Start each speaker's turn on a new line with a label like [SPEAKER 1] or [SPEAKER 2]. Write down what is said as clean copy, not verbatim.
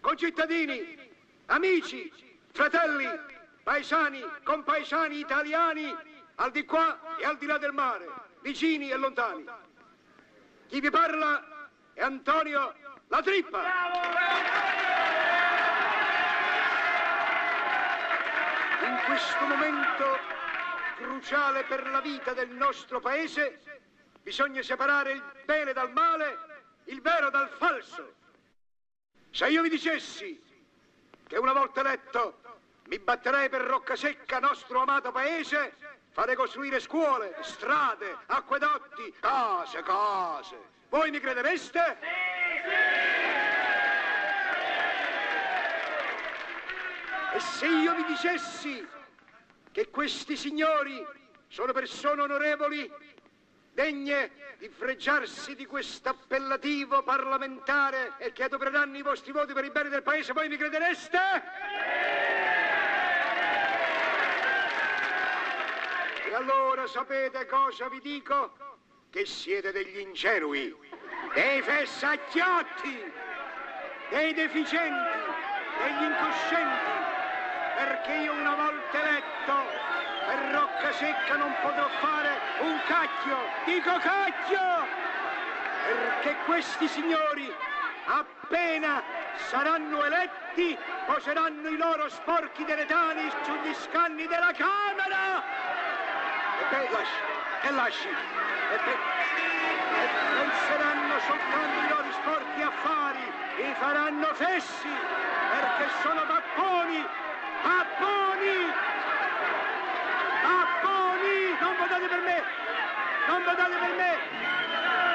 [SPEAKER 1] concittadini, amici, fratelli, paesani, compaesani italiani, al di qua e al di là del mare, vicini e lontani. Chi vi parla è Antonio La Trippa. In questo momento cruciale per la vita del nostro paese bisogna separare il bene dal male, il vero dal falso. Se io vi dicessi che una volta eletto mi batterei per Roccasecca, nostro amato paese, fare costruire scuole, strade, acquedotti, case, voi mi credereste? E se io vi dicessi che questi signori sono persone onorevoli, degne di fregiarsi di questo appellativo parlamentare e che adopereranno i vostri voti per il bene del paese, voi mi credereste? E allora sapete cosa vi dico? Che siete degli ingenui, dei fessacchiotti, dei deficienti, degli incoscienti, perché io una volta eletto per Roccasecca non potrò fare un cacchio, dico cacchio, perché questi signori appena saranno eletti poseranno i loro sporchi deletani sugli scanni della Camera e penseranno soltanto i loro sporchi affari, li faranno fessi perché sono papponi. Non votate per me! Non votate per me!